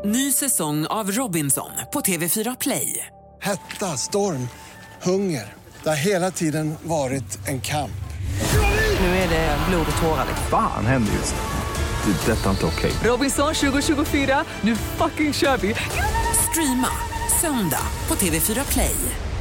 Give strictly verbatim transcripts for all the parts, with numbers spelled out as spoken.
Ny säsong av Robinson på T V fyra Play. Hetta, storm, hunger. Det har hela tiden varit en kamp. Nu är det blod och tårar. Fan händer just det. Det är detta inte okej. Robinson tjugo tjugofyra, nu fucking kör vi. Streama söndag på T V fyra Play.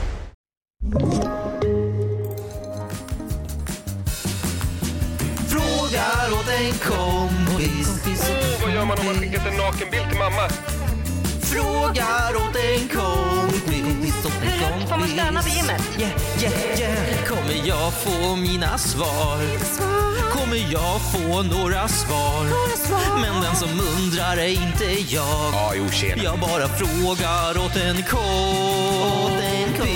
Frågar åt en kompis. Oh, vad gör man om man skickat en nakenbild till mamma? Frågar åt en kompis. Hörru, får man stöna på gymmet? Yeah, yeah, yeah. Kommer jag få mina svar? Kommer jag få några svar? Men den som undrar är inte jag. Ja, jo, tjena. Jag bara frågar åt en kompis.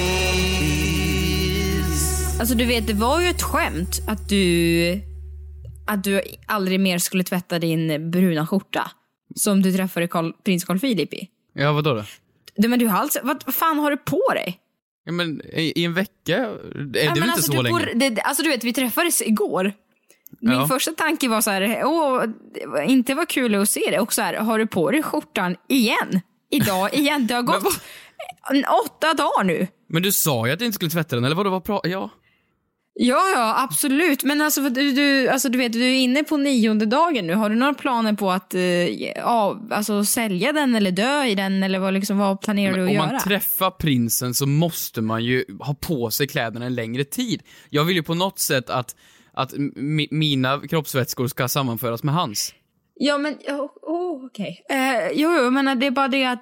Alltså du vet, det var ju ett skämt att du att du aldrig mer skulle tvätta din bruna skjorta som du träffade Carl, prins Carl Philip i. Ja, vadå då? Det, men du har alltså, vad fan har du på dig? Ja, men i, i en vecka är det ja, väl inte alltså, så du länge. Bor, det, alltså du vet, vi träffades igår. Min Ja. första tanke var så här, åh, det var inte var kul att se det. Och så här, har du på dig skjortan igen? Idag igen, det har gått åtta dagar nu. Men du sa ju att du inte skulle tvätta den, eller vad det var pra- ja. Ja, ja, absolut. Men alltså du, du, alltså, du vet, du är inne på nionde dagen nu. Har du några planer på att eh, ja, alltså, sälja den eller dö i den? Eller vad, liksom, vad planerar Men du att om göra? man träffar prinsen så måste man ju ha på sig kläderna en längre tid. Jag vill ju på något sätt att, att mi- mina kroppsvätskor ska sammanföras med hans. Ja, men oh, oh, okej. Okay. Eh, jo, jo, men det är bara det att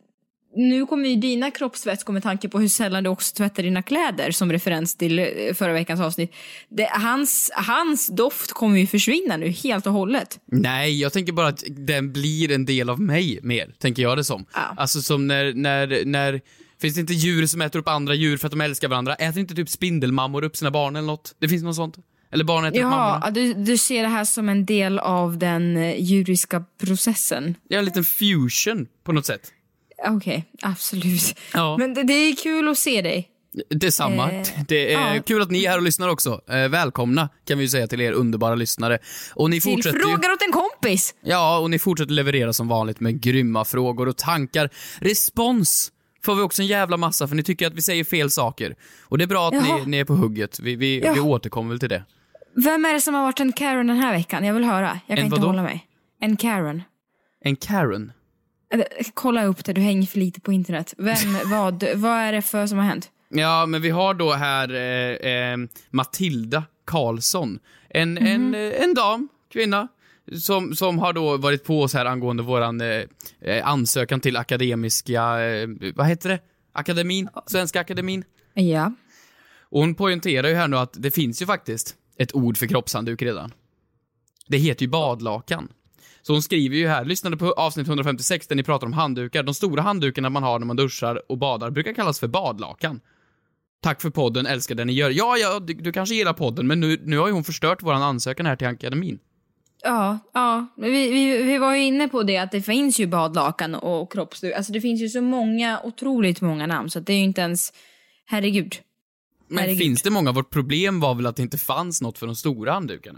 nu kommer ju dina kroppsvätskor med tanke på hur sällan du också tvättar dina kläder som referens till eh, förra veckans avsnitt. Det, hans, hans doft kommer ju försvinna nu helt och hållet. Nej, jag tänker bara att den blir en del av mig mer, tänker jag det som. Ja. Alltså som när, när, när... Finns det inte djur som äter upp andra djur för att de älskar varandra? Äter inte typ spindelmammor upp sina barn eller något? Det finns något sånt? Eller barn äter upp mammorna? Ja, du, du ser det här som en del av den eh, djuriska processen. Ja, en liten fusion på något sätt. Okej, okay, absolut. Ja. Men det, det är kul att se dig. Detsamma. Eh, det är ja. kul att ni är här och lyssnar också. Eh, välkomna kan vi ju säga till er underbara lyssnare. Och ni Till fortsätter frågar ju... åt en kompis. Ja, och ni fortsätter leverera som vanligt med grymma frågor och tankar. Respons får vi också en jävla massa, för ni tycker att vi säger fel saker. Och det är bra att ni, ni är på hugget. Vi, vi, Ja. vi återkommer väl till det. Vem är det som har varit en Karen den här veckan? Jag vill höra. Jag kan En inte vadå? hålla mig. En Karen. En Karen. Eller, kolla upp det, du hänger för lite på internet. Vem, vad, vad är det för som har hänt? Ja, men vi har då här eh, eh, Matilda Karlsson. En, Mhm. en, eh, en dam, kvinna, som, som har då varit på oss här angående våran eh, eh, ansökan till akademiska, eh, vad heter det? Akademin? Svenska akademin. Ja. Och hon poängterar ju här nu att det finns ju faktiskt ett ord för kroppshandduk redan. Det heter ju badlakan. Så hon skriver ju här, lyssnade på avsnitt hundrafemtiosex där ni pratar om handdukar. De stora handdukarna man har när man duschar och badar brukar kallas för badlakan. Tack för podden, älskar det ni gör. Ja, ja, du, du kanske gillar podden, men nu, nu har ju hon förstört våran ansökan här till akademin. Ja, ja. Vi, vi, vi var ju inne på det att det finns ju badlakan och kroppsduk. Alltså det finns ju så många, otroligt många namn så att det är ju inte ens, herregud. Men herregud. finns det många? Vårt problem var väl att det inte fanns något för de stora handdukarna.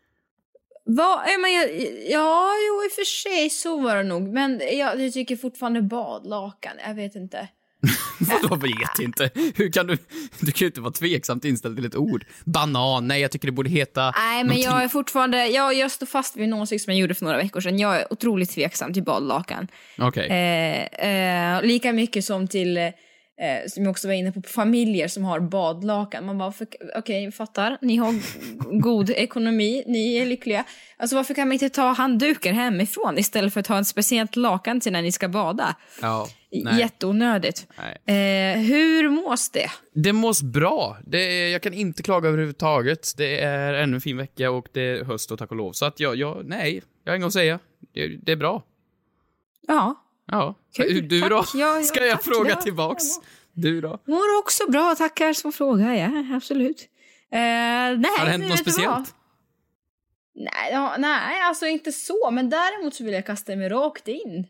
Va? Ja, men jag, ja, jo, i och för sig så var det nog. Men jag, jag tycker fortfarande badlakan, jag vet inte. Vadå vet inte? Hur kan du... Du kan ju inte vara tveksamt inställd till ett ord. Banan, nej jag tycker det borde heta... Nej, men någonting. jag är fortfarande, jag, jag står fast vid en åsikt som jag gjorde för några veckor sedan. Jag är otroligt tveksam till badlakan. Okej. Eh, eh, lika mycket som till, eh, som jag också var inne på, på familjer som har badlakan. Man bara, okej, okay, fattar. Ni har god ekonomi, ni är lyckliga. Alltså varför kan man inte ta handdukar hemifrån istället för att ha ett speciellt lakan till när ni ska bada? Ja, nej. Jätteonödigt. Nej. Eh, hur mås det? Det mås bra. Det är, jag kan inte klaga överhuvudtaget. Det är ännu en fin vecka och det är höst och tack och lov. Så att jag, jag nej, jag har inget att säga. Det, det är bra. Ja. Ja. Kul, Du tack. då? Ja, ja, Ska jag tack. fråga Ja, tillbaks? ja. Du då? Mår också bra, tackar som fråga, ja, absolut. Eh, nej, Har det hänt nu något vet du speciellt? vad? Nej, ja, nej, alltså inte så. Men däremot så vill jag kasta mig rakt in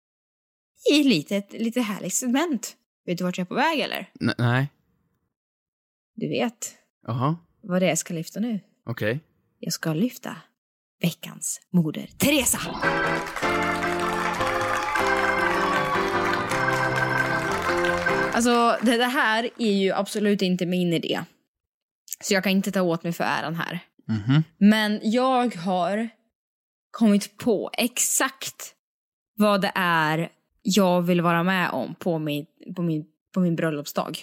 i lite, ett lite härligt segment. Vet du vart jag är på väg, eller? N- nej. Du vet Jaha, vad det är jag ska lyfta nu. okej. Jag ska lyfta veckans moder Teresa. Alltså det, det här är ju absolut inte min idé. Så jag kan inte ta åt mig för äran här. Mm-hmm. Men jag har kommit på exakt vad det är jag vill vara med om på min, på min, på min bröllopsdag.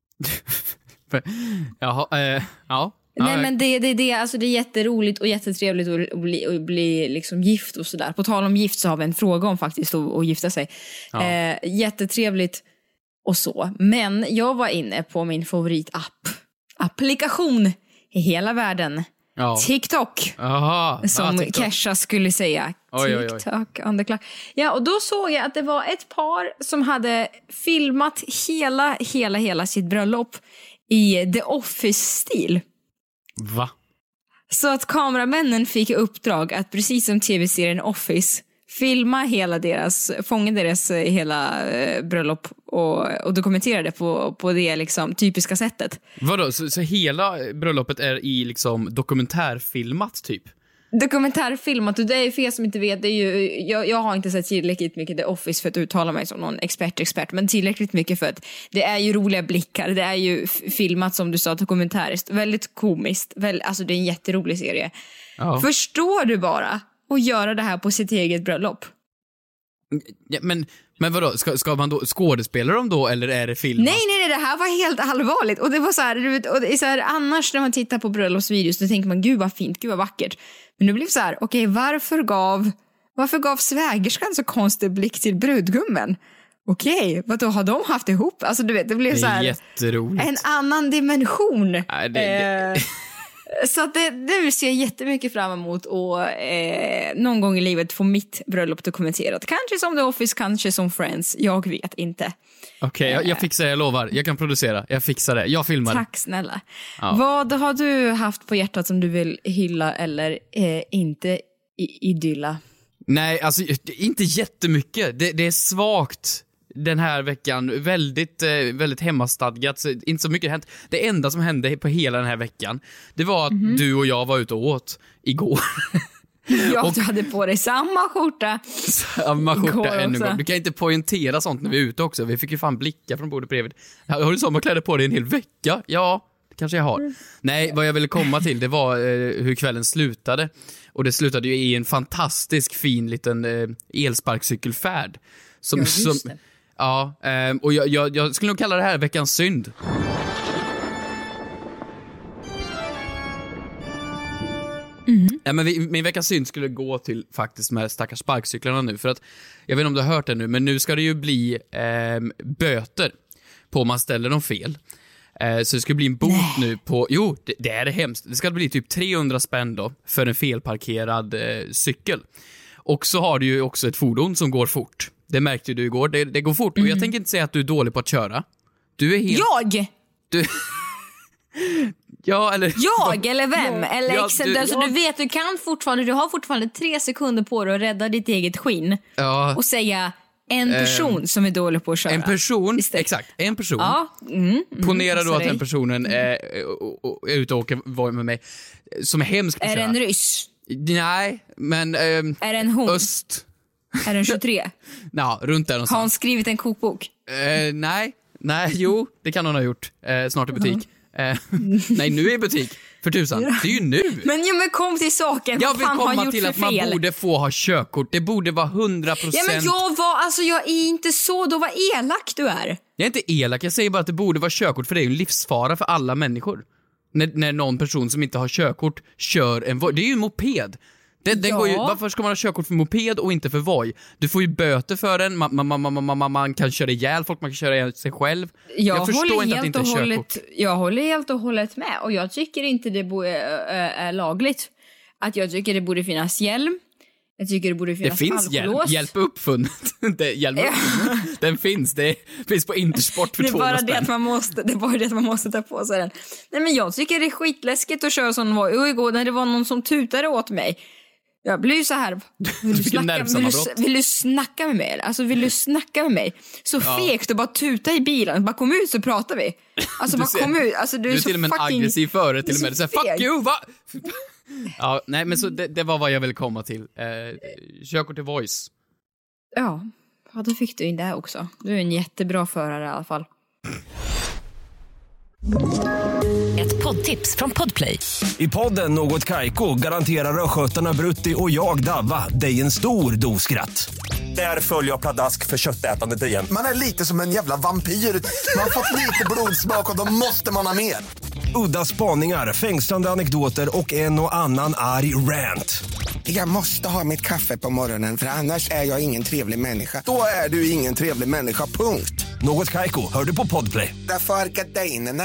Jaha, eh, ja. Nej ja, men det, det, det, alltså det är jätteroligt och jättetrevligt att, att bli, att bli liksom gift och sådär. På tal om gift så har vi en fråga om faktiskt att, att gifta sig. Ja. Eh, jättetrevligt och så. Men jag var inne på min favoritapp. Applikation i hela världen. ja. TikTok. Aha, Som ah, TikTok. Kesha skulle säga. Oj, oj, oj. TikTok on the clock. Ja, och då såg jag att det var ett par som hade filmat hela, hela, hela sitt bröllop i The Office-stil. Va? Så att kameramännen fick uppdrag att precis som tv-serien Office filma hela deras, fånga deras hela eh, bröllop och, och dokumentera det på, på det liksom typiska sättet. Vadå? Så, så hela bröllopet är i liksom dokumentärfilmat typ? Dokumentärfilmat, och det är för er som inte vet, det är ju, jag, jag har inte sett tillräckligt mycket The Office för att uttala mig som någon expert-expert, men tillräckligt mycket för att det är ju roliga blickar, det är ju f- filmat som du sa, dokumentäriskt, väldigt komiskt, väl, alltså det är en jätterolig serie. Ja. Förstår du bara att göra det här på sitt eget bröllop? Ja, men, men vadå? Ska, ska man då skådespela dem då, eller är det film? Nej, nej, nej, det här var helt allvarligt. Och det var så här, du vet, och det är så här, annars när man tittar på bröllopsvideos så tänker man, gud vad fint, gud vad vackert. Men nu blev det så här, okej, okay, varför gav varför gav svägerskan så konstig blick till brudgummen? Okej, okay, vad då har de haft ihop? Alltså du vet, det blev det så här jätteroligt. En annan dimension. Nej, det, det... Eh, så att det, det ser jag jättemycket fram emot och eh, någon gång i livet få mitt bröllop dokumenterat. Kanske som The Office, kanske som Friends, jag vet inte. Okej, okay, jag, jag fixar, jag lovar. Jag kan producera, jag fixar det. Jag filmar. Tack snälla. Ja. Vad har du haft på hjärtat som du vill hylla eller eh, inte i- idylla? Nej, alltså inte jättemycket. Det, det är svagt den här veckan. Väldigt, eh, väldigt hemmastadgat. Så inte så mycket hänt. Det enda som hände på hela den här veckan, det var att mm-hmm. du och jag var ute och åt igår. Ja, och, du hade på dig samma skjorta. Samma skjorta ännu en gång. Du kan inte poängtera sånt när vi är ute också. Vi fick ju fan blicka från bordet bredvid. Har du samma kläder på dig en hel vecka? Ja, det kanske jag har. Mm. Nej, vad jag ville komma till, det var eh, hur kvällen slutade. Och det slutade ju i en fantastisk fin liten eh, elsparkcykelfärd. Som, ja, just som, det. Ja, eh, och jag, jag, jag skulle nog kalla det här veckans synd. Mm. Ja, men vi, min veckans synd skulle gå till faktiskt de här stackars sparkcyklarna nu. För att, jag vet inte om du har hört det nu, men nu ska det ju bli eh, böter på om man ställer dem fel. Eh, så det ska bli en bot Nej. nu på, jo det, det är det hemskt. Det ska bli typ trehundra spänn då för en felparkerad eh, cykel. Och så har du ju också ett fordon som går fort. Det märkte du igår, det, det går fort. Mm. Och jag tänker inte säga att du är dålig på att köra. Du är helt... Jag? Du... ja, eller... Jag, eller vem? Ja, eller ja, exempel, du, alltså, ja. du vet, du kan fortfarande, du har fortfarande tre sekunder på dig att rädda ditt eget skinn. Ja. Och säga en person um, som är dålig på att köra. En person, exakt, en person. Ja. Mm, mm, Ponera då att den personen är, är ute och åker med mig, som är hemsk på att Är köra. det en ryss? Nej, men... Um, är det en hon? Öst. Är den tjugotre? Ja, runt där någonstans. Har hon skrivit en kokbok? Uh, nej, nej, jo, det kan hon ha gjort. Uh, snart i butik. Uh, nej, nu är i butik. För tusan, ja. Det är ju nu. Men, ja, men kom till saken. Jag vill komma till att fel? man borde få ha körkort. Det borde vara hundra procent. Ja, men jag var, alltså jag är inte så, då var elak du är. Jag är inte elak, jag säger bara att det borde vara körkort. För det är ju en livsfara för alla människor. När, när någon person som inte har körkort kör en Voi. Det är ju en moped. Det, den ja. går ju, varför ska man ha körkort för moped och inte för Voi? Du får ju böter för den, man, man, man, man, man, man kan köra ihjäl folk, man kan köra ihjäl sig själv. Jag, jag förstår inte att det inte är hållet, körkort. Jag håller helt och hållet med, och jag tycker inte det bo, är, är lagligt. Att jag tycker det borde finnas hjälm. Jag tycker det borde finnas alkolås. Det finns hjälp, hjälp uppfunnet. det, hjälp uppfunnet. Den finns, det finns på Intersport för tvåhundra spänn. Det är bara det att man måste, det är bara det att man måste ta på sig den. Nej, men jag tycker det är skitläskigt att köra sån Voi. Och igår när det var någon som tutade åt mig. Jag blir ju så här. Vill du, snacka, vill, du, vill du snacka med mig? Alltså vill du snacka med mig? Så ja. Fegt och bara tuta i bilen. Bara kom ut så pratar vi. Alltså bara ser, kom ut. Alltså, du, du är, är så till och med en fucking, aggressiv före till och med. Så här, fuck you, va? Ja, nej men så det, det var vad jag ville komma till. Eh, körkort till Voice. Ja, ja, då fick du in det här också. Du är en jättebra förare i alla fall. Ett poddtips från Podplay. I podden Något Kaiko garanterar röskötarna Brutti och jag Davva dig en stor dos skratt. Där följer jag pladask för köttätandet igen. Man är lite som en jävla vampyr. Man har fått lite blodsmak och då måste man ha mer. Udda spaningar, fängslande anekdoter och en och annan arg rant. Jag måste ha mitt kaffe på morgonen för annars är jag ingen trevlig människa. Då är du ingen trevlig människa, punkt. Något Kaiko, hör du på Podplay. Därför är gardinerna.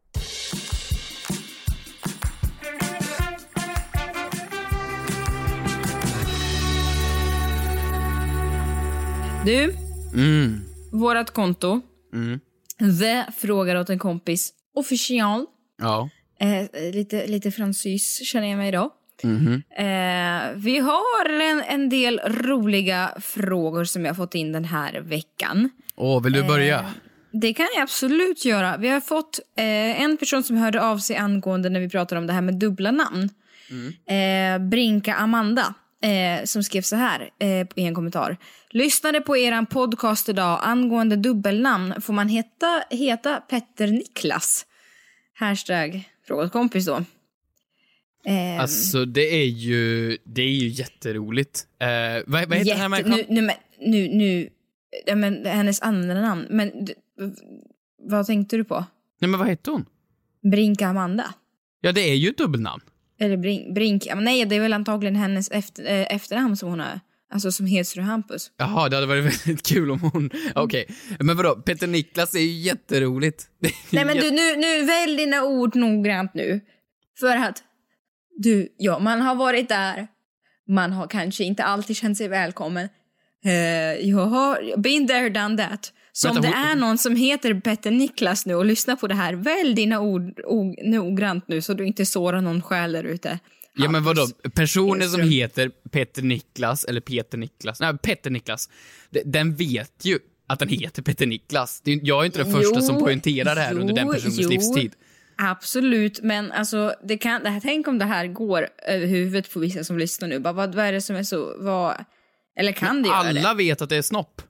Du, Mm. vårat konto, Mm. The frågar åt en kompis official. Ja. Eh, lite, lite fransysk känner jag mig idag. Mhm. Eh, vi har en, en del roliga frågor som jag fått in den här veckan. Åh, vill du börja? Eh, det kan jag absolut göra. Vi har fått eh, en person som hörde av sig angående när vi pratar om det här med dubbla namn. Mm. Eh, Brinka Amanda. Eh, som skrev så här eh, i en kommentar. Lyssnade på eran podcast idag angående dubbelnamn. Får man heta, heta Petter Niklas? Hashtag frågat kompis då. Eh, Alltså det är ju det är ju jätteroligt. Eh, vad, vad heter jätte, den här människan? nu, nu, men, nu, nu ja, men, hennes andra namn. Men du, vad tänkte du på? Nej, men vad heter hon? Brinka Amanda. Ja, det är ju ett dubbelnamn. Eller Brink, Brink ja, men nej, det är väl antagligen hennes efter, eh, efternamn som hon har. Alltså som heter fru Hampus. Jaha, det hade varit väldigt kul om hon... Okej, okay. Men vadå? Petter Niklas är ju jätteroligt. Nej, men du, nu, nu välj dina ord noggrant nu. För att, du, ja, man har varit där. Man har kanske inte alltid känt sig välkommen. Uh, jag har been there, done that. Så om det hon... är någon som heter Petter Niklas nu och lyssnar på det här, välj dina ord o- noggrant nu så du inte sårar någon själ där ute. Ja, men vadå? Personer som heter Petter Niklas eller Peter Niklas, nej, Petter Niklas, den vet ju att den heter Petter Niklas. Jag är inte den första jo, som poängterar det här jo, under den personens jo, livstid. Absolut, men alltså det kan, det här, tänk om det här går över huvudet på vissa som lyssnar nu. Bara, vad, vad är det som är så, vad, eller kan men det göra alla det? Vet att det är snopp.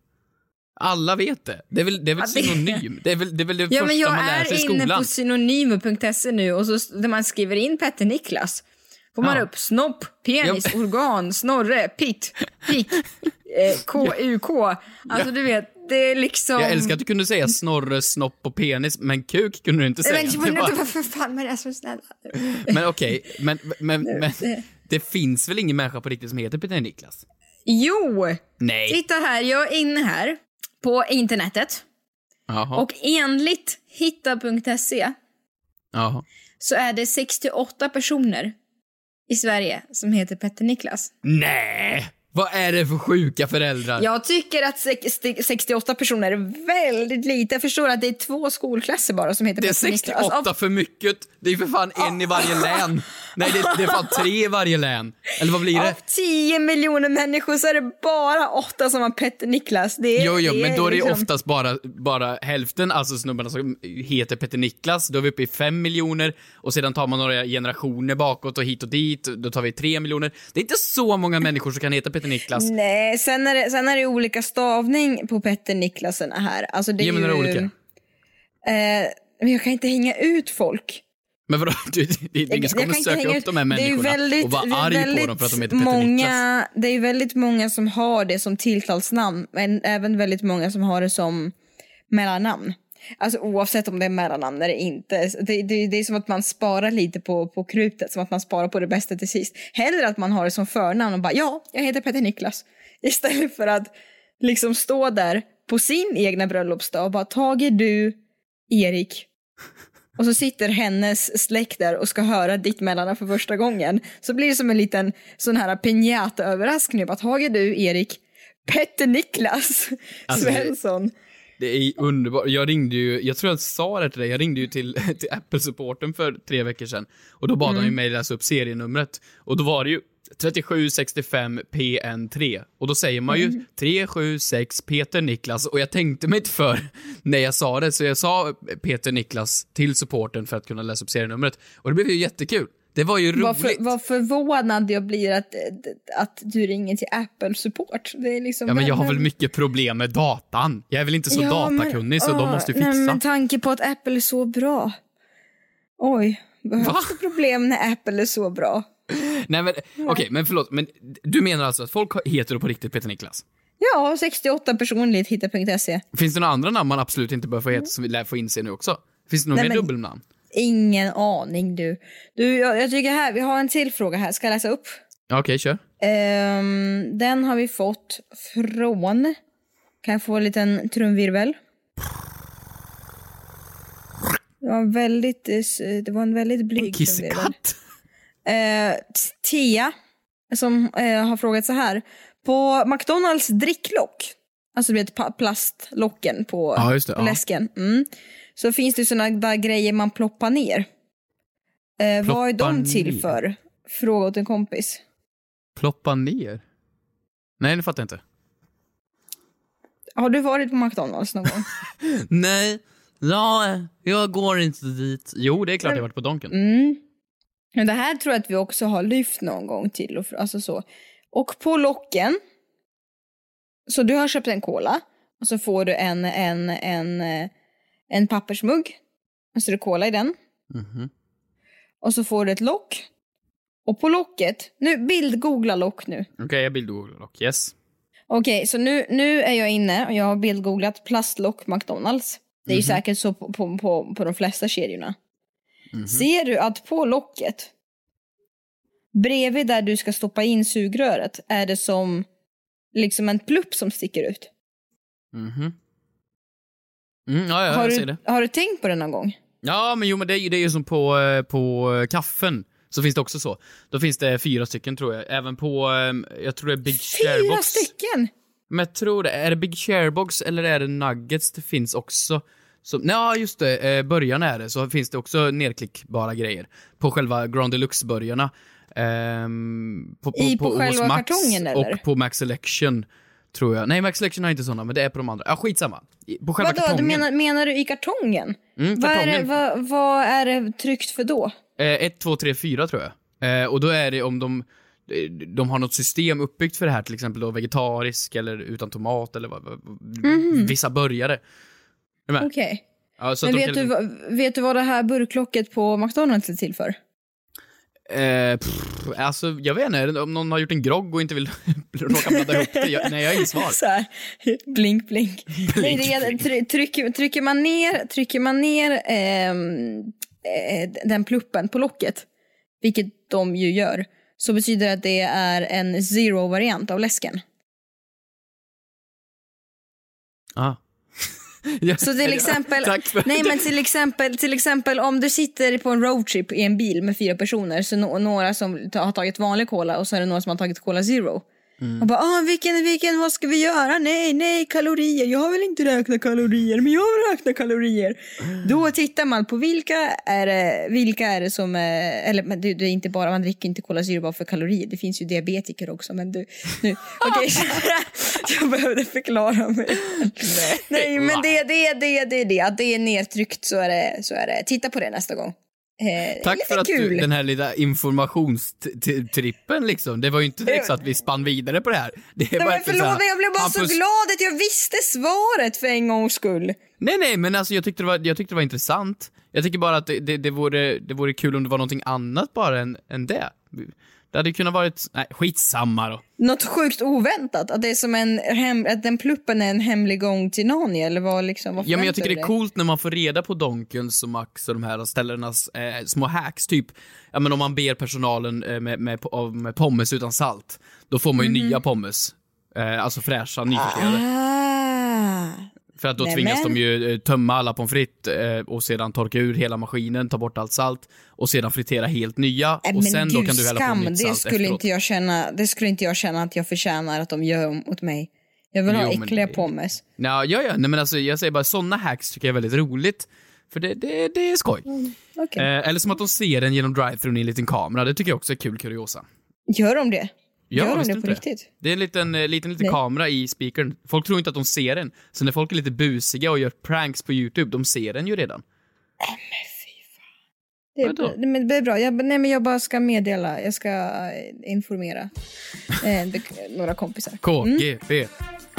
Alla vet det. Det är väl, det är väl synonym. Det är väl det, är väl det ja, första man lär sig i skolan. Jag är inne på synonymer punkt se nu och så där man skriver in Petter Niklas. Får man ja. upp snopp, penis, ja. organ, snorre, pitt, pik, eh, K U K. Alltså ja. du vet, det är liksom... Jag älskar att du kunde säga snorre, snopp och penis, men kuk kunde du inte säga. Men det var inte för fan, men det är så snälla. Men okej, okay, men, men, men det finns väl ingen människa på riktigt som heter Petter Niklas? Jo! Nej. Titta här, jag är inne här på internetet. Jaha. Och enligt hitta punkt se Jaha. så är det sextioåtta personer i Sverige som heter Petter Niklas. Nej! Vad är det för sjuka föräldrar? Jag tycker att sextioåtta personer är väldigt lite. Jag förstår att det är två skolklasser bara som heter Petter Niklas. Det är sextioåtta alltså, för mycket. Det är för fan en i varje län. Nej, det, det är fan tre i varje län. Eller vad blir det? Av tio miljoner människor så är det bara åtta som har Petter Niklas. Det är, jo, jo, det men då är det liksom... oftast bara, bara hälften, alltså snubbarna som heter Petter Niklas. Då är vi uppe i fem miljoner. Och sedan tar man några generationer bakåt och hit och dit. Då tar vi tre miljoner. Det är inte så många människor som kan heta Petter Niklas. Nej, sen är det, sen är det olika stavning på Petter Niklasen här. Alltså det är ja, men ju... det är olika. Eh, men jag kan inte hänga ut folk. Men vadå? Det, det, det är ingen som kommer söka upp de här människorna väldigt, och vara arg på dem för att de heter Petter många, Niklas. Det är väldigt många som har det som tilltalsnamn. Men även väldigt många som har det som mellannamn. Alltså oavsett om det är mellannamn eller inte. Det, det, det är som att man sparar lite på, på krutet. Som att man sparar på det bästa till sist. Hellre att man har det som förnamn och bara ja, jag heter Petter Niklas. Istället för att liksom stå där på sin egna bröllopsdag och bara Tage du Erik. Och så sitter hennes släkt där och ska höra ditt mellannamn för första gången. Så blir det som en liten sån här piñata-överraskning. Bara Tage du Erik Petter Niklas alltså, Svensson. Det är underbart. Jag ringde ju, jag tror jag sa det till dig, jag ringde ju till, till Apple-supporten för tre veckor sedan. Och då bad mm. de ju mig läsa upp serienumret. Och då var det ju trettiosju sextiofem P N tre. Och då säger man ju mm. tre sju sex Peter Niklas. Och jag tänkte mig inte för när jag sa det. Så jag sa Peter Niklas till supporten för att kunna läsa upp serienumret. Och det blev ju jättekul. Det var ju roligt. Vad, för, vad förvånad jag blir att, att du ringer till Apple Support. Det är liksom ja, men jag har men... väl mycket problem med datan. Jag är väl inte så ja, datakunnig, men, så åh, de måste ju fixa. Nej, men tanke på att Apple är så bra. Oj, behövs det problem när Apple är så bra? Nej, men okej, okay, men förlåt. Men du menar alltså att folk heter på riktigt Peter Niklas? Ja, sextioåtta personligt hitta punkt se. Finns det några andra namn man absolut inte bör få heta som vi lär få inse nu också? Finns det några mer men... dubbelnamn? Ingen aning du. Du, jag, jag tycker här, vi har en till fråga här. Ska jag läsa upp? Okej, okay, kör. Um, den har vi fått från... Kan jag få en liten trumvirvel? Det var en väldigt, det var en väldigt blyg trumvirvel. Uh, Tia, som uh, har frågat så här. På McDonalds dricklock, alltså det blir plastlocken på, ja, just det, på ja. läsken. Mm. Så finns det såna där grejer man ploppar ner. Eh, Ploppa vad är de till ner. för? Fråga åt en kompis. Ploppa ner? Nej, det fattar jag inte. Har du varit på McDonalds någon gång? Nej, ja, jag går inte dit. Jo, det är klart Men, jag har varit på Donken. Mm. Men det här tror jag att vi också har lyft någon gång till. Och, alltså så. Och på locken, så du har köpt en cola och så får du en, en, en, en pappersmugg. Och så är det cola i den. Mm-hmm. Och så får du ett lock. Och på locket, nu bildgoogla lock nu. Okej, okay, jag bildgooglar lock, yes. Okej, okay, så nu, nu är jag inne och jag har bildgooglat plastlock McDonalds. Det är ju mm-hmm. säkert så på, på, på, på de flesta kedjorna. Mm-hmm. Ser du att på locket, bredvid där du ska stoppa in sugröret, är det som liksom en plupp som sticker ut? Mhm. Mm, ja, ja, har, jag du, ser det. har du tänkt på det någon gång? Ja, men jo, men det är ju, det är ju som på, på kaffen. Så finns det också så. Då finns det fyra stycken, tror jag. Även på, jag tror det är Big Sharebox. Fyra stycken? Men jag tror det. Är det Big Sharebox eller är det Nuggets? Det finns också. Så, ja, just det. Början är det. Så finns det också nedklickbara grejer. På själva Grand Deluxe-börjarna. Um, på, på, I på, på själva Max kartongen, eller? Och på Max Selection, tror jag. Nej, Max Selection har inte sådana, men det är på de andra. Ja, skitsamma. På själva Vadå, kartongen. du menar, menar du i kartongen? Mm, vad, är kartongen. det, vad, vad är det tryckt för då? Eh, ett, två, tre, fyra tror jag. Eh, och då är det om de, de har något system uppbyggt för det här, till exempel då vegetarisk eller utan tomat eller vad, mm-hmm. vissa börjare. Okej. Okay. Ja, men vet, kan... du, vet du vad det här burklocket på McDonalds är till för? Eh, pff, alltså, jag vet inte, om någon har gjort en grogg och inte vill råka blanda ihop det. Jag, nej, jag har ingen svar. Så här, blink, blink. blink, nej, det är, try, trycker, trycker man ner, trycker man ner eh, eh, den pluppen på locket, vilket de ju gör, så betyder det att det är en zero-variant av läsken. Ah. Så till exempel, nej men till exempel, till exempel om du sitter på en roadtrip i en bil med fyra personer, så no- några som har tagit vanlig cola och så är det några som har tagit cola zero. Mm. Och bara, ah, vilken, vilken, vad ska vi göra? Nej, nej, kalorier. Jag har väl inte räknat kalorier, men jag har räknat kalorier. Mm. Då tittar man på vilka är det, vilka är det som, eller men det, det är inte bara, man dricker inte cola zero bara för kalorier. Det finns ju diabetiker också, men du, nu, okej. Okay. Jag behövde förklara mig. Nej, nej men det, det, det, det, det, att det är nedtryckt, så är det, så är det. Titta på det nästa gång. Eh, Tack för att du, den här lilla informationstrippen liksom. Det var ju inte direkt så att vi spann vidare på det här. Det är nej, bara men förlåt, här, jag blev bara Hampus... så glad att jag visste svaret för en gångs skull. Nej, nej, men alltså jag tyckte det var, jag tyckte det var intressant. Jag tycker bara att det, det, det, vore, det vore kul om det var någonting annat bara än, än det. Det hade kunnat varit, nej, skitsamma då. Något sjukt oväntat, att det är som en hem, att den pluppen är en hemlig gång till Narnia, eller vad liksom, vad ja, men jag tycker det är coolt när man får reda på Donkens och Max och de här ställenas eh, små hacks, typ, ja men om man ber personalen eh, med, med, med, med pommes utan salt, då får man ju mm-hmm. nya pommes, eh, alltså fräscha, nyfriterade. Ah. För att då Nej, tvingas men... de ju tömma alla pommes frites eh, och sedan torka ur hela maskinen, ta bort allt salt och sedan fritera helt nya. Äh, och sen gud, då kan du hälla skam, på nytt salt det skulle efteråt. inte jag känna, det skulle inte jag känna att jag förtjänar att de gör mot mig. Jag vill jo, ha äckliga det... pommes. Ja, ja, ja. Nej, men alltså, jag säger bara, såna hacks tycker jag är väldigt roligt. För det, det, det är skoj. Mm, okay. eh, eller som att de ser den genom drive-thrun i en liten kamera. Det tycker jag också är kul kuriosa. Gör de det? Ja, Gör de det på det. riktigt? Det är en liten, liten, liten kamera i speakern. Folk tror inte att de ser den. Så när folk är lite busiga och gör pranks på YouTube, de ser den ju redan. Äh, men fy fan. Det är, bra. Men det är bra. Jag, nej, men jag bara ska meddela. Jag ska informera eh, några kompisar. K G B. Mm.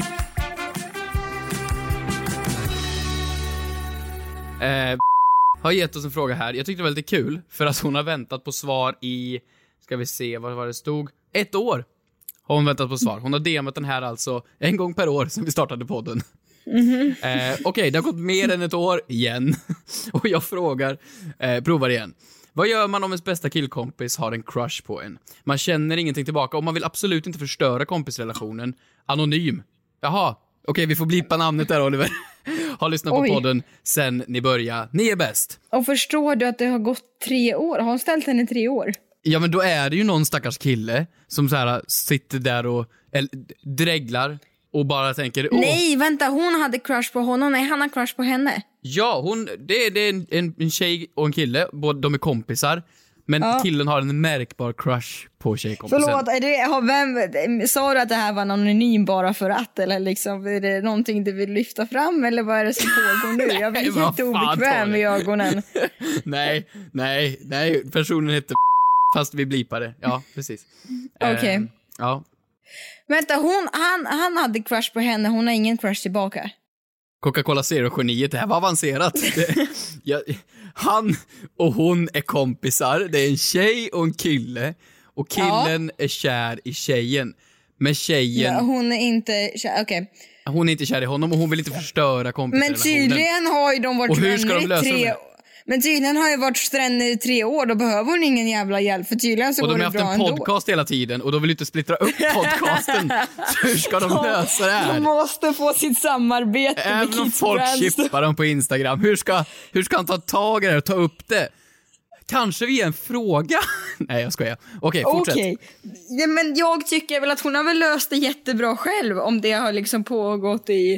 Eh, har gett oss en fråga här. Jag tyckte det var lite kul. För att hon har väntat på svar i... Ska vi se vad var det stod? Ett år har hon väntat på svar. Hon har D M:at den här alltså en gång per år sedan vi startade podden. Mm-hmm. eh, Okej, okay, det har gått mer än ett år igen. Och jag frågar, eh, provar igen. Vad gör man om ens bästa killkompis har en crush på en? Man känner ingenting tillbaka och man vill absolut inte förstöra kompisrelationen. Anonym. Jaha, okej, okay, vi får blipa namnet där, Oliver. Har lyssnat Oj. på podden sen ni började. Ni är bäst. Och förstår du att det har gått tre år? Har hon ställt henne tre år? Ja, men då är det ju någon stackars kille som så här sitter där och eller, dreglar och bara tänker... Åh. Nej, vänta, hon hade crush på honom. Nej, han har crush på henne. Ja, hon, det, det är en, en, en tjej och en kille. Både, de är kompisar. Men ja. killen har en märkbar crush på tjejkompisen. Förlåt, är det, vem, sa du att det här var anonym bara för att? Eller liksom, är det någonting du vill lyfta fram? Eller vad är det som pågår nu? Jag blir jätteobekväm i ögonen. nej, nej, nej. Personen heter fast vi blipade. Ja, precis. Okej. Okay. Eh, ja. Vänta, hon, han, han hade crush på henne. Hon har ingen crush tillbaka. Coca-Cola Zero-geniet, det här var avancerat. Det, ja, han och hon är kompisar. Det är en tjej och en kille. Och killen ja. är kär i tjejen. Men tjejen... Ja, hon är inte kär, okej. Okay. Hon är inte kär i honom och hon vill inte förstöra kompisrelationen. Men tydligen har ju de varit och hur ska de lösa tre... det? Men tydligen har ju varit stränner i tre år. Då behöver hon ingen jävla hjälp. För tydligen så och går de det bra ändå. Och de har haft en podcast ändå. hela tiden. Och de vill inte splittra upp podcasten. Så hur ska de lösa det här? De måste få sitt samarbete. Även om folk chippar dem på Instagram. Hur ska, hur ska han ta tag i det och ta upp det? Kanske vi är en fråga. Nej, jag skojar. Okej, fortsätt. Okej. Ja, men jag tycker väl att hon har väl löst det jättebra själv. Om det har liksom pågått i...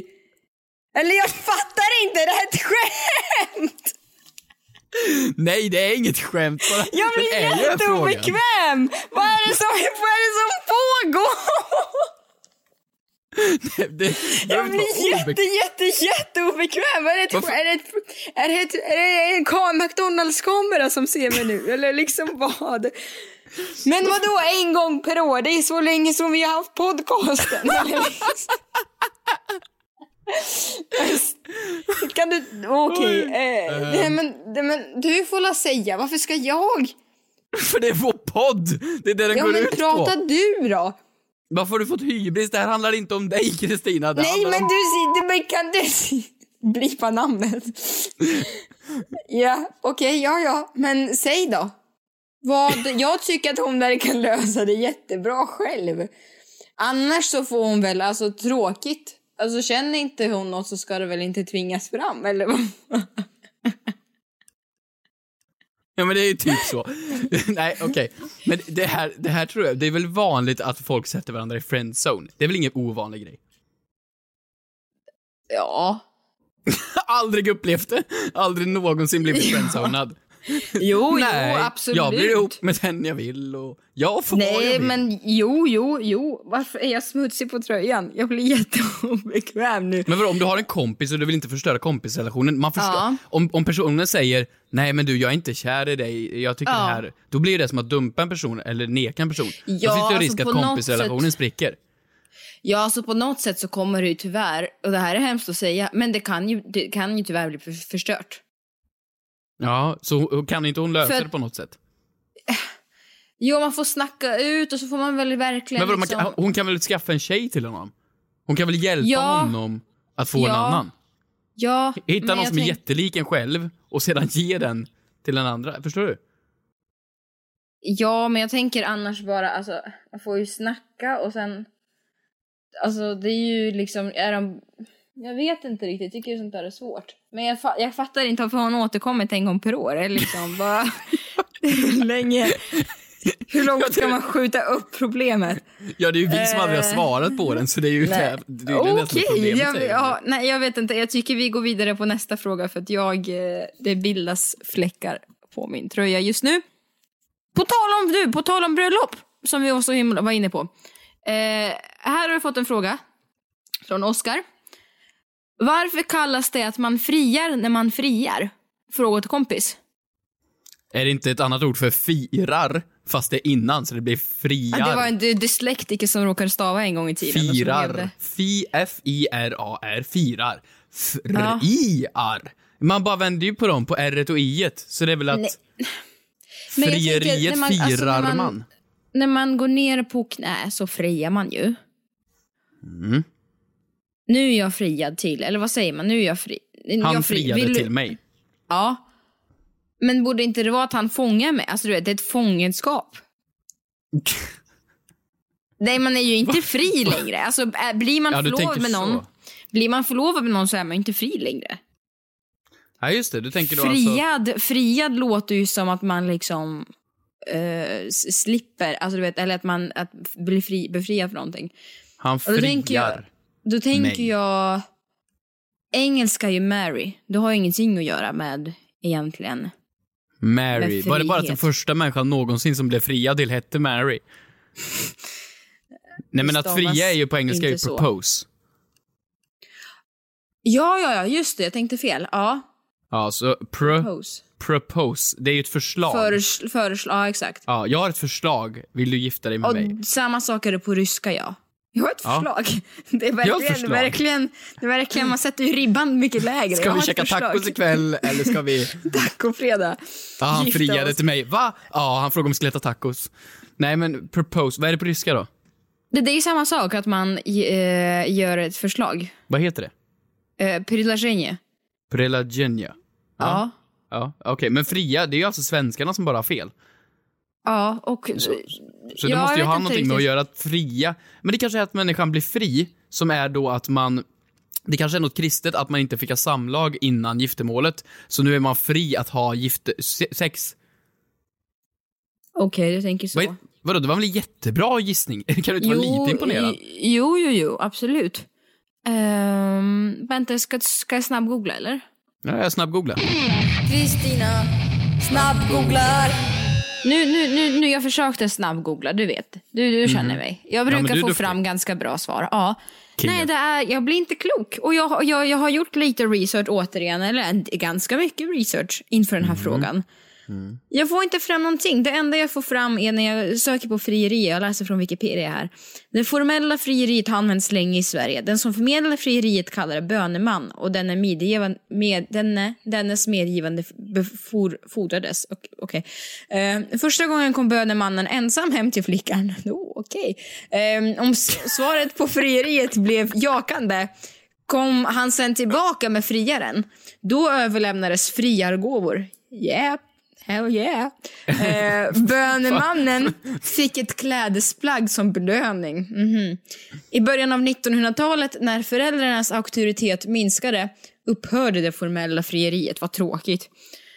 Eller jag fattar inte. Det här är ett skämt. Nej, det är inget skämt. Bara, jag blir jätteobekväm. Vad är det som, vad är det som pågår? det, det, det jag blir jätte, jätte, jätteobekväm. Är det, ett, är, det ett, är, det ett, är det en kam- McDonalds-kamera som ser mig nu? Eller liksom vad? Men vadå, en gång per år? Det är så länge som vi har haft podcasten. Kan du, okej okay. eh, det, men, det, men du får la säga, varför ska jag? För det är vår podd. Det är det den ja, går men ut på. prata du då. Varför har du fått hybris? Det här handlar inte om dig, Kristina. Nej, men om... du, du kan du blipa namnet. Ja, okej, okay, ja, ja. Men säg då. Vad, jag tycker att hon där kan lösa det jättebra själv. Annars så får hon väl, alltså tråkigt. Alltså känner inte hon något så ska det väl inte tvingas fram, eller vad? Ja, men det är ju typ så. Nej, okej. Okay. Men det här, det här tror jag, det är väl vanligt att folk sätter varandra i friendzone. Det är väl ingen ovanlig grej? Ja. Aldrig upplevt det. Aldrig någonsin blivit friendzonad. Jo, Nej, jo, absolut. Jag blir ihop med den jag vill och jag får Nej, vad jag vill. Men jo, jo, jo. Varför är jag smutsig på tröjan? Jag blir jätteobekväm nu. Men vadå, om du har en kompis och du vill inte förstöra kompisrelationen, man förstår, ja. om, om personen säger, nej men du, jag är inte kär i dig, jag tycker ja. det här, då blir det som att dumpa en person eller neka en person. Ja, då finns det alltså risk att kompisrelationen sätt... spricker. Ja, så alltså på något sätt så kommer det ju tyvärr, och det här är hemskt att säga, men det kan ju, det kan ju tyvärr bli förstört. Ja, så kan inte hon lösa För... det på något sätt? Jo, man får snacka ut och så får man väl verkligen... Men vadå, liksom... man kan, hon kan väl skaffa en tjej till honom? Hon kan väl hjälpa ja. honom att få ja. en annan? Ja. Hitta någon som tänk... är jättelik en själv och sedan ge den till den andra. Förstår du? Ja, men jag tänker annars bara, alltså, man får ju snacka och sen... Alltså, det är ju liksom... Är de... Jag vet inte riktigt, jag tycker sånt där är svårt. Men jag, fa- jag fattar inte varför hon återkommit en gång per år. Eller liksom bara... Hur länge... Hur långt ska man skjuta upp problemet? Ja, det är ju vi som aldrig har svarat på den. Så det är ju det, det, är okay. det som är problemet. Jag, ja, nej, jag vet inte. Jag tycker vi går vidare på nästa fråga. För att jag... Det bildas fläckar på min tröja just nu. På tal om du, på tal om bröllop. Som vi också var inne på. Eh, här har vi fått en fråga. Från Oskar. Varför kallas det att man friar när man friar? Fråga till kompis. Är det inte ett annat ord för firar, fast det är innan, så det blir friar? Ja, det var en dyslektiker som råkade stava en gång i tiden. Firar. F I R A R. Firar. Friar. Man bara vänder ju på dem, på R och I-et. Så det är väl att... Nej. Frieriet man, firar alltså när man, man. När man går ner på knä så friar man ju. Mm. Nu är jag friad till, eller vad säger man? Nu är jag fri. Han jag fri, friade vill, till mig. Ja. Men borde inte det vara att han fångar mig? Alltså du vet, det är ett fångenskap. Nej, man är ju inte fri längre. Alltså blir man ja, förlovad med någon så. Blir man förlovad med någon så är man inte fri längre. Ja, just det. Du tänker då friad, alltså... friad låter ju som att man liksom uh, slipper, alltså du vet, eller att man att blir fri, befriad från någonting. Han friar. Då tänker jag, då tänker jag engelska är ju marry. Det har ju ingenting att göra med egentligen. Mary. Var det bara att den första människan någonsin som blev friad till hette Mary? Nej, men att fria är ju på engelska ju propose. Ja, ja, ja, just det. Jag tänkte fel. Ja. Ja, så pro- propose. propose. Det är ju ett förslag. Föres- föreslag, ja, exakt. Ja, jag har ett förslag. Vill du gifta dig med och mig? Samma sak är det på ryska, ja. Jag har ett förslag. Ja. Det är verkligen, förslag. Det är verkligen, det är verkligen, man sätter ju ribban mycket lägre. Ska vi käka tacos ikväll eller ska vi... Tacofredag. Ja, han friade till mig. Va? Ja, han frågade om vi skulle äta tacos. Nej, men propose. Vad är det på ryska då? Det, det är samma sak att man äh, gör ett förslag. Vad heter det? Uh, Предложение. Предложение. Ja. Ja, okej. Okay. Men fria, det är ju alltså svenskarna som bara har fel. Ja, och... Så, så det ja, måste ju ha någonting riktigt. Med att göra att fria... Men det kanske är att människan blir fri, som är då att man... Det kanske är något kristet att man inte fick ha samlag innan giftermålet. Så nu är man fri att ha gifte, sex. Okej, okay, du tänker så. Vad, vadå, det var väl en jättebra gissning? Kan du inte jo, vara lite imponerad? Jo, jo, jo, absolut. Um, vänta, ska, ska jag snabbgoogla eller? Ja, jag snabbgooglar. Kristina snabbgooglar. Nu, nu, nu, nu jag försökte snabbgoogla, du vet. Du, du känner mm. mig. Jag brukar ja, få fram ganska bra svar. Ja. Nej, det är, jag blir inte klok. Och jag, jag, jag har gjort lite research återigen, eller ganska mycket research inför den här mm. frågan. Mm. Jag får inte fram någonting. Det enda jag får fram är när jag söker på frieri. Jag läser från Wikipedia här. Det formella frieriet har använts länge i Sverige. Den som förmedlar frieriet kallar det böneman. Och den är medgivande, med, denne, dennes medgivande befordrades. Okej. Okay. Uh, första gången kom bönemannen ensam hem till flickan. Oh, okej. Okay. Uh, om svaret på frieriet blev jakande kom han sen tillbaka med friaren. Då överlämnades friargåvor. Yeah. Hell yeah. Eh, bönemannen fick ett klädesplagg som belöning. Mm-hmm. I början av nittonhundratalet, när föräldrarnas auktoritet minskade, upphörde det formella frieriet. Vad tråkigt.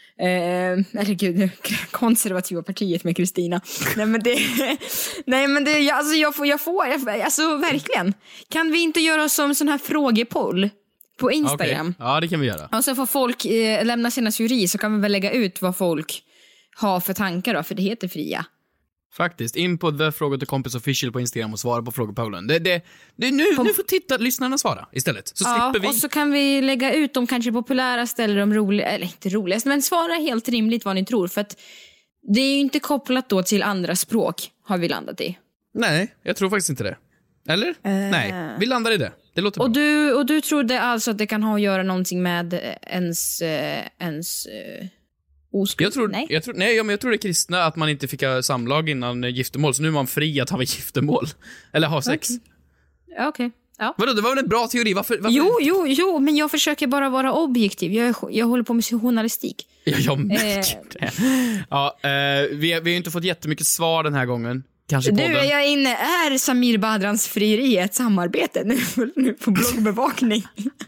Eh, herregud, konservativa partiet med Kristina. Nej men det, nej men det, alltså jag får, jag får, jag, alltså verkligen. Kan vi inte göra som sån här frågepoll på Instagram? Okay. Ja, det kan vi göra. Och så får folk eh, lämna sina teori, så kan vi väl lägga ut vad folk har för tankar då, för det heter fria. Faktiskt, in på The Fråga till Kompis Official på Instagram och svara på frågepollen. Det, det, det, nu, på... nu får titta, lyssnarna svara istället. Så ja, slipper vi... och så kan vi lägga ut de kanske populäraste eller de roliga, eller inte roligaste, men svara helt rimligt vad ni tror. För att det är ju inte kopplat då till andra språk, har vi landat i. Nej, jag tror faktiskt inte det. Eller? Uh... Nej, vi landar i det. Det låter och bra. Du, och du trodde alltså att det kan ha att göra någonting med ens, eh, ens eh, oskuld? Jag tror, nej. Jag tror, nej, men jag tror det är kristna att man inte fick ha samlag innan giftermål. Så nu är man fri att ha giftermål. Eller ha sex. Okay. Ja, okej. Okay. Ja. Vadå, det var väl en bra teori? Varför, varför? Jo, jo, jo, men jag försöker bara vara objektiv. Jag, jag håller på med journalistik. Ja, jag märker eh. det. Ja, eh, vi, vi har ju inte fått jättemycket svar den här gången. Kanske du, är jag inne. Är Samir Badrans frieri ett samarbete nu, nu på bloggbevakning?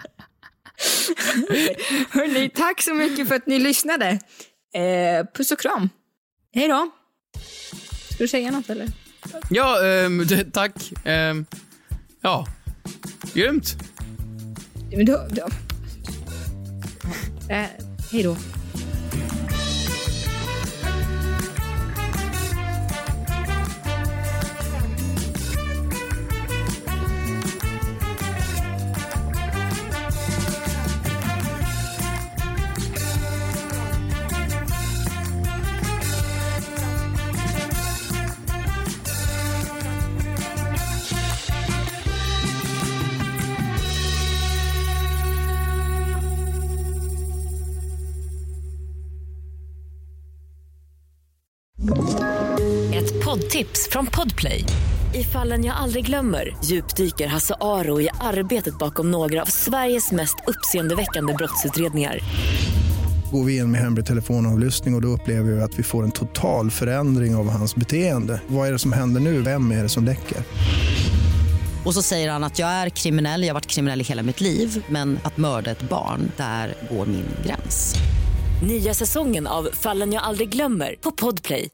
Hörrni, tack så mycket för att ni lyssnade. Eh, puss och kram. Hej då. Ska du säga något eller? Ja, ähm, det, tack. Ähm, ja, grymt. Men då, då. Eh, hej då. poddtips från Podplay. I Fallen jag aldrig glömmer djupdyker Hasse Aro i arbetet bakom några av Sveriges mest uppseendeväckande brottsutredningar. Går vi in med hemlig telefonavlyssning och, och då upplever vi att vi får en total förändring av hans beteende. Vad är det som händer nu? Vem är det som läcker? Och så säger han att jag är kriminell, jag har varit kriminell i hela mitt liv. Men att mörda ett barn, där går min gräns. Nya säsongen av Fallen jag aldrig glömmer på Podplay.